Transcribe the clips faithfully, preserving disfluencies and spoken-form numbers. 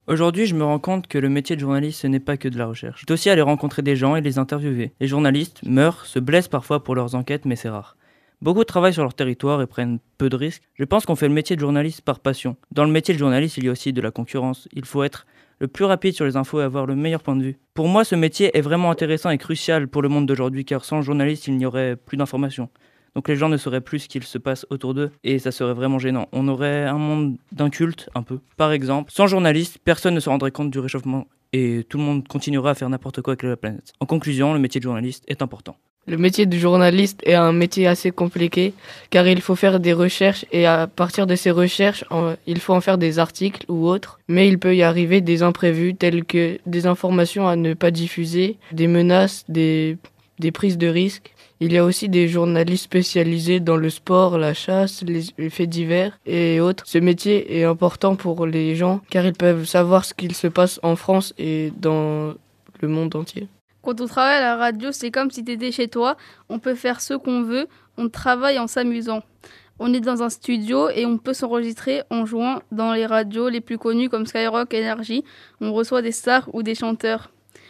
Aujourd'hui, je me rends compte que le métier de journaliste, ce n'est pas que de la recherche. C'est aussi aller rencontrer des gens et les interviewer. Les journalistes meurent, se blessent parfois pour leurs enquêtes, mais c'est rare. Beaucoup travaillent sur leur territoire et prennent peu de risques. Je pense qu'on fait le métier de journaliste par passion. Dans le métier de journaliste, il y a aussi de la concurrence. Il faut être le plus rapide sur les infos et avoir le meilleur point de vue. Pour moi, ce métier est vraiment intéressant et crucial pour le monde d'aujourd'hui, car sans journaliste, il n'y aurait plus d'informations. Donc les gens ne sauraient plus ce qu'il se passe autour d'eux et ça serait vraiment gênant. On aurait un monde d'inculte, un peu. Par exemple, sans journalistes, personne ne se rendrait compte du réchauffement et tout le monde continuera à faire n'importe quoi avec la planète. En conclusion, le métier de journaliste est important. Le métier de journaliste est un métier assez compliqué car il faut faire des recherches et à partir de ces recherches, il faut en faire des articles ou autres. Mais il peut y arriver des imprévus tels que des informations à ne pas diffuser, des menaces, des, des prises de risques. Il y a aussi des journalistes spécialisés dans le sport, la chasse, les faits divers et autres. Ce métier est important pour les gens car ils peuvent savoir ce qu'il se passe en France et dans le monde entier. Quand on travaille à la radio, c'est comme si tu étais chez toi. On peut faire ce qu'on veut, on travaille en s'amusant. On est dans un studio et on peut s'enregistrer en jouant dans les radios les plus connues comme Skyrock, Énergie. On reçoit des stars ou des chanteurs.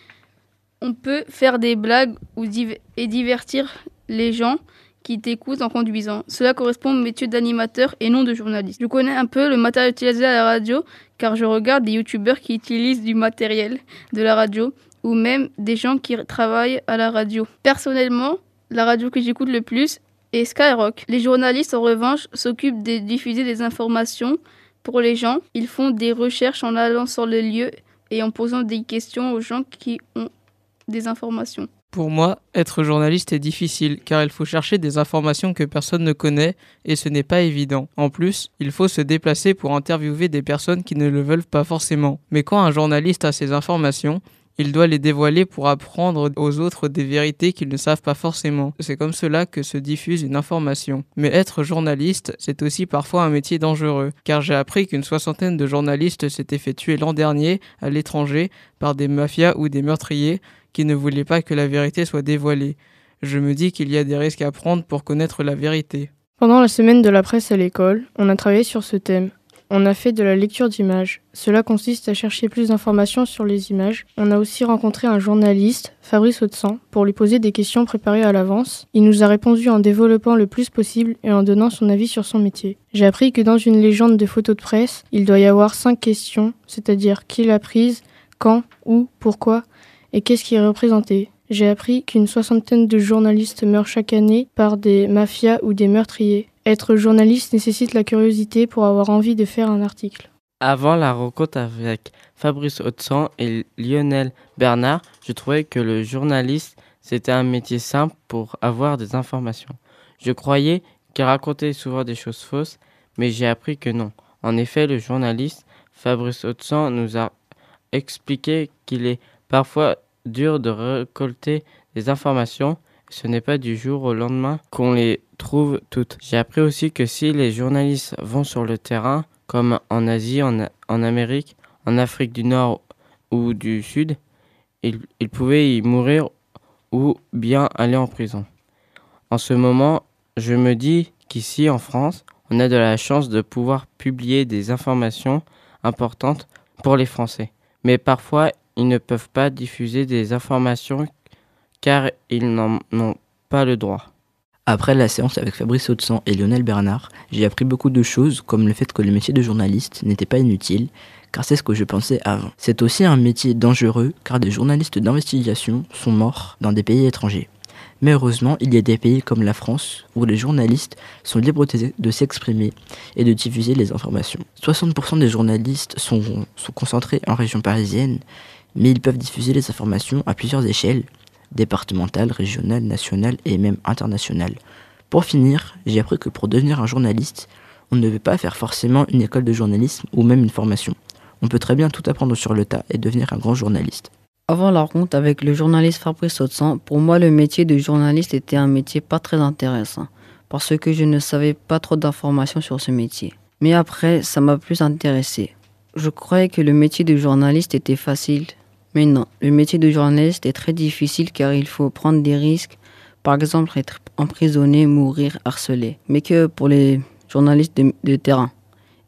On peut faire des blagues ou div- et divertir les gens qui t'écoutent en conduisant. Cela correspond au métier d'animateur et non de journaliste. Je connais un peu le matériel utilisé à la radio car je regarde des youtubeurs qui utilisent du matériel de la radio ou même des gens qui travaillent à la radio. Personnellement, la radio que j'écoute le plus est Skyrock. Les journalistes, en revanche, s'occupent de diffuser des informations pour les gens. Ils font des recherches en allant sur le lieu et en posant des questions aux gens qui ont des informations. Pour moi, être journaliste est difficile car il faut chercher des informations que personne ne connaît et ce n'est pas évident. En plus, il faut se déplacer pour interviewer des personnes qui ne le veulent pas forcément. Mais quand un journaliste a ces informations, il doit les dévoiler pour apprendre aux autres des vérités qu'ils ne savent pas forcément. C'est comme cela que se diffuse une information. Mais être journaliste, c'est aussi parfois un métier dangereux, car j'ai appris qu'une soixantaine de journalistes s'étaient fait tuer l'an dernier à l'étranger par des mafias ou des meurtriers qui ne voulaient pas que la vérité soit dévoilée. Je me dis qu'il y a des risques à prendre pour connaître la vérité. Pendant la semaine de la presse à l'école, on a travaillé sur ce thème. On a fait de la lecture d'images. Cela consiste à chercher plus d'informations sur les images. On a aussi rencontré un journaliste, Fabrice Audsan, pour lui poser des questions préparées à l'avance. Il nous a répondu en développant le plus possible et en donnant son avis sur son métier. J'ai appris que dans une légende de photos de presse, il doit y avoir cinq questions, c'est-à-dire qui l'a prise, quand, où, pourquoi et qu'est-ce qui est représenté. J'ai appris qu'une soixantaine de journalistes meurent chaque année par des mafias ou des meurtriers. Être journaliste nécessite la curiosité pour avoir envie de faire un article. Avant la rencontre avec Fabrice Audsan et Lionel Bernard, je trouvais que le journaliste, c'était un métier simple pour avoir des informations. Je croyais qu'il racontait souvent des choses fausses, mais j'ai appris que non. En effet, le journaliste Fabrice Audsan nous a expliqué qu'il est parfois dur de récolter des informations. Ce n'est pas du jour au lendemain qu'on les trouve toutes. J'ai appris aussi que si les journalistes vont sur le terrain, comme en Asie, en, en Amérique, en Afrique du Nord ou du Sud, ils, ils pouvaient y mourir ou bien aller en prison. En ce moment, je me dis qu'ici en France, on a de la chance de pouvoir publier des informations importantes pour les Français. Mais parfois, ils ne peuvent pas diffuser des informations car ils n'en ont pas le droit. Après la séance avec Fabrice Audsan et Lionel Bernard, j'ai appris beaucoup de choses comme le fait que le métier de journaliste n'était pas inutile, car c'est ce que je pensais avant. C'est aussi un métier dangereux car des journalistes d'investigation sont morts dans des pays étrangers. Mais heureusement, il y a des pays comme la France où les journalistes sont libres de s'exprimer et de diffuser les informations. soixante pour cent des journalistes sont, sont concentrés en région parisienne, mais ils peuvent diffuser les informations à plusieurs échelles, départementale, régionale, nationale et même internationale. Pour finir, j'ai appris que pour devenir un journaliste, on ne veut pas faire forcément une école de journalisme ou même une formation. On peut très bien tout apprendre sur le tas et devenir un grand journaliste. Avant la rencontre avec le journaliste Fabrice Audsan, pour moi le métier de journaliste était un métier pas très intéressant, parce que je ne savais pas trop d'informations sur ce métier. Mais après, ça m'a plus intéressé. Je croyais que le métier de journaliste était facile. Mais non, le métier de journaliste est très difficile car il faut prendre des risques, par exemple être emprisonné, mourir, harcelé, mais que pour les journalistes de, de terrain.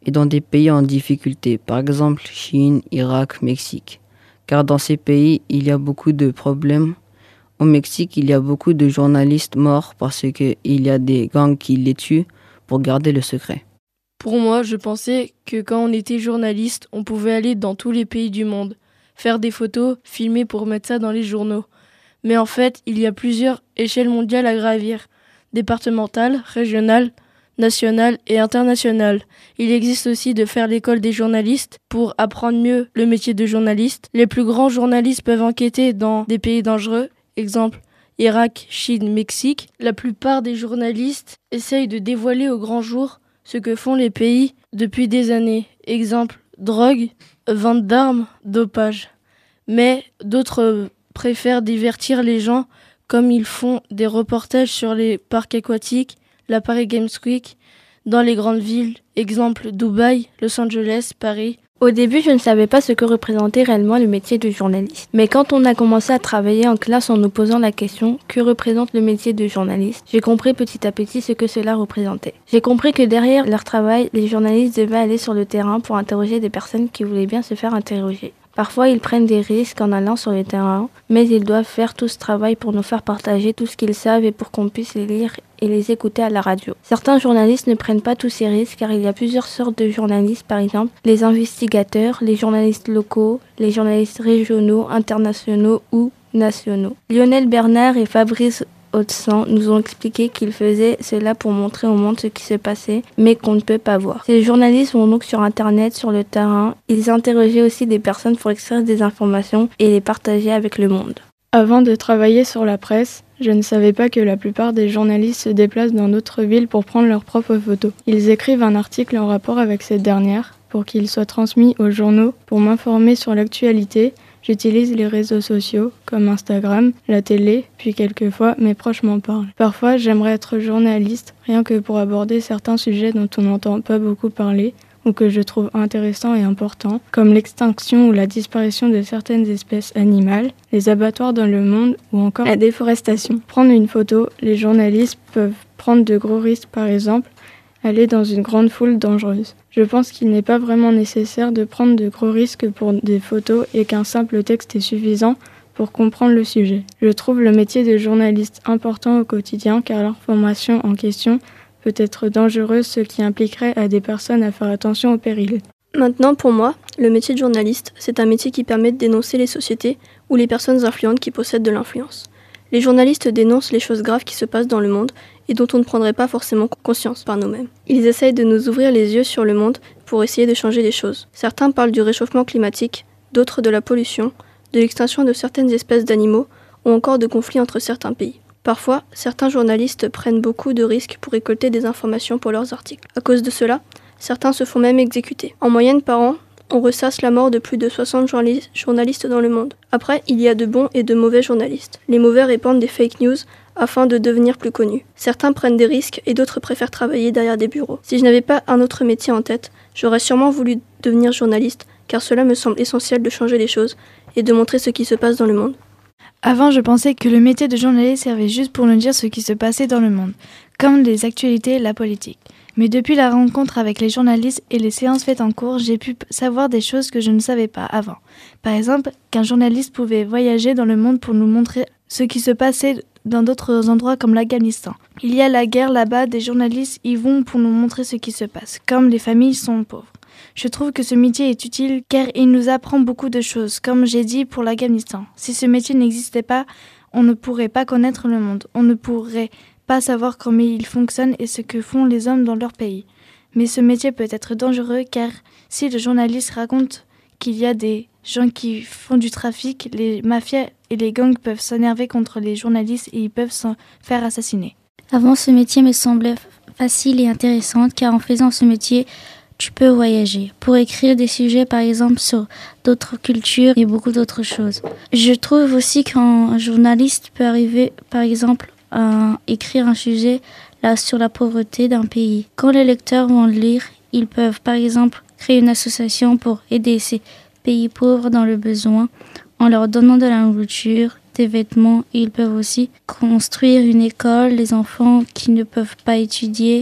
et dans des pays en difficulté, par exemple Chine, Irak, Mexique. Car dans ces pays, il y a beaucoup de problèmes. Au Mexique, il y a beaucoup de journalistes morts parce qu'il y a des gangs qui les tuent pour garder le secret. Pour moi, je pensais que quand on était journaliste, on pouvait aller dans tous les pays du monde, faire des photos, filmer pour mettre ça dans les journaux. Mais en fait, il y a plusieurs échelles mondiales à gravir, départementales, régionales, nationale et internationale. Il existe aussi de faire l'école des journalistes pour apprendre mieux le métier de journaliste. Les plus grands journalistes peuvent enquêter dans des pays dangereux, exemple Irak, Chine, Mexique. La plupart des journalistes essayent de dévoiler au grand jour ce que font les pays depuis des années, exemple drogue, vente d'armes, dopage. Mais d'autres préfèrent divertir les gens comme ils font des reportages sur les parcs aquatiques, la Paris Games Week, dans les grandes villes, exemple Dubaï, Los Angeles, Paris. Au début, je ne savais pas ce que représentait réellement le métier de journaliste. Mais quand on a commencé à travailler en classe en nous posant la question « Que représente le métier de journaliste ?», j'ai compris petit à petit ce que cela représentait. J'ai compris que derrière leur travail, les journalistes devaient aller sur le terrain pour interroger des personnes qui voulaient bien se faire interroger. Parfois, ils prennent des risques en allant sur le terrain, mais ils doivent faire tout ce travail pour nous faire partager tout ce qu'ils savent et pour qu'on puisse les lire et les écouter à la radio. Certains journalistes ne prennent pas tous ces risques car il y a plusieurs sortes de journalistes, par exemple les investigateurs, les journalistes locaux, les journalistes régionaux, internationaux ou nationaux. Lionel Bernard et Fabrice Haute-Sang nous ont expliqué qu'ils faisaient cela pour montrer au monde ce qui se passait, mais qu'on ne peut pas voir. Ces journalistes vont donc sur Internet, sur le terrain. Ils interrogeaient aussi des personnes pour extraire des informations et les partager avec le monde. Avant de travailler sur la presse, je ne savais pas que la plupart des journalistes se déplacent dans d'autres villes pour prendre leurs propres photos. Ils écrivent un article en rapport avec cette dernière pour qu'il soit transmis aux journaux pour m'informer sur l'actualité. J'utilise les réseaux sociaux comme Instagram, la télé, puis quelquefois mes proches m'en parlent. Parfois, j'aimerais être journaliste, rien que pour aborder certains sujets dont on n'entend pas beaucoup parler ou que je trouve intéressants et importants, comme l'extinction ou la disparition de certaines espèces animales, les abattoirs dans le monde ou encore la déforestation. Prendre une photo, les journalistes peuvent prendre de gros risques, par exemple, aller dans une grande foule dangereuse. Je pense qu'il n'est pas vraiment nécessaire de prendre de gros risques pour des photos et qu'un simple texte est suffisant pour comprendre le sujet. Je trouve le métier de journaliste important au quotidien car l'information en question peut être dangereuse, ce qui impliquerait à des personnes à faire attention au péril. Maintenant, pour moi, le métier de journaliste, c'est un métier qui permet de dénoncer les sociétés ou les personnes influentes qui possèdent de l'influence. Les journalistes dénoncent les choses graves qui se passent dans le monde et dont on ne prendrait pas forcément conscience par nous-mêmes. Ils essayent de nous ouvrir les yeux sur le monde pour essayer de changer les choses. Certains parlent du réchauffement climatique, d'autres de la pollution, de l'extinction de certaines espèces d'animaux ou encore de conflits entre certains pays. Parfois, certains journalistes prennent beaucoup de risques pour récolter des informations pour leurs articles. À cause de cela, certains se font même exécuter. En moyenne par an, on ressasse la mort de plus de soixante journalistes dans le monde. Après, il y a de bons et de mauvais journalistes. Les mauvais répandent des fake news afin de devenir plus connus. Certains prennent des risques et d'autres préfèrent travailler derrière des bureaux. Si je n'avais pas un autre métier en tête, j'aurais sûrement voulu devenir journaliste, car cela me semble essentiel de changer les choses et de montrer ce qui se passe dans le monde. Avant, je pensais que le métier de journaliste servait juste pour nous dire ce qui se passait dans le monde, comme les actualités et la politique. Mais depuis la rencontre avec les journalistes et les séances faites en cours, j'ai pu savoir des choses que je ne savais pas avant. Par exemple, qu'un journaliste pouvait voyager dans le monde pour nous montrer ce qui se passait dans d'autres endroits comme l'Afghanistan. Il y a la guerre là-bas, des journalistes y vont pour nous montrer ce qui se passe, comme les familles sont pauvres. Je trouve que ce métier est utile car il nous apprend beaucoup de choses, comme j'ai dit pour l'Afghanistan. Si ce métier n'existait pas, on ne pourrait pas connaître le monde, on ne pourrait pas savoir comment il fonctionne et ce que font les hommes dans leur pays. Mais ce métier peut être dangereux car si le journaliste raconte qu'il y a des gens qui font du trafic, les mafias et les gangs peuvent s'énerver contre les journalistes et ils peuvent se faire assassiner. Avant, ce métier me semblait facile et intéressant car en faisant ce métier, tu peux voyager pour écrire des sujets par exemple sur d'autres cultures et beaucoup d'autres choses. Je trouve aussi qu'un journaliste peut arriver par exemple à écrire un sujet là, sur la pauvreté d'un pays. Quand les lecteurs vont le lire, ils peuvent par exemple créer une association pour aider ces pays pauvres dans le besoin en leur donnant de la nourriture, des vêtements et ils peuvent aussi construire une école, les enfants qui ne peuvent pas étudier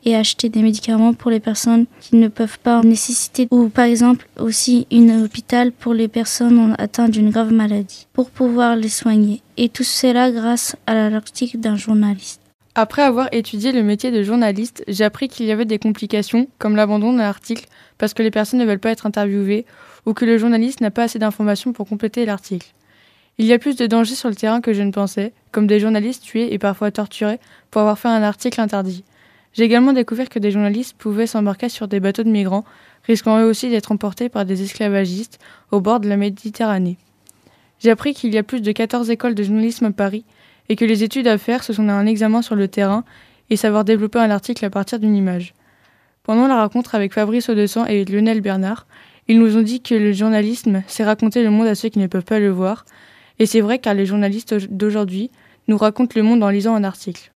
et acheter des médicaments pour les personnes qui ne peuvent pas en nécessiter, ou par exemple aussi un hôpital pour les personnes atteintes d'une grave maladie, pour pouvoir les soigner. Et tout cela grâce à l'article d'un journaliste. Après avoir étudié le métier de journaliste, j'ai appris qu'il y avait des complications, comme l'abandon d'un article parce que les personnes ne veulent pas être interviewées ou que le journaliste n'a pas assez d'informations pour compléter l'article. Il y a plus de dangers sur le terrain que je ne pensais, comme des journalistes tués et parfois torturés pour avoir fait un article interdit. J'ai également découvert que des journalistes pouvaient s'embarquer sur des bateaux de migrants, risquant eux aussi d'être emportés par des esclavagistes au bord de la Méditerranée. J'ai appris qu'il y a plus de quatorze écoles de journalisme à Paris, et que les études à faire, ce sont un examen sur le terrain et savoir développer un article à partir d'une image. Pendant la rencontre avec Fabrice Audescent et Lionel Bernard, ils nous ont dit que le journalisme, c'est raconter le monde à ceux qui ne peuvent pas le voir, et c'est vrai car les journalistes d'aujourd'hui nous racontent le monde en lisant un article.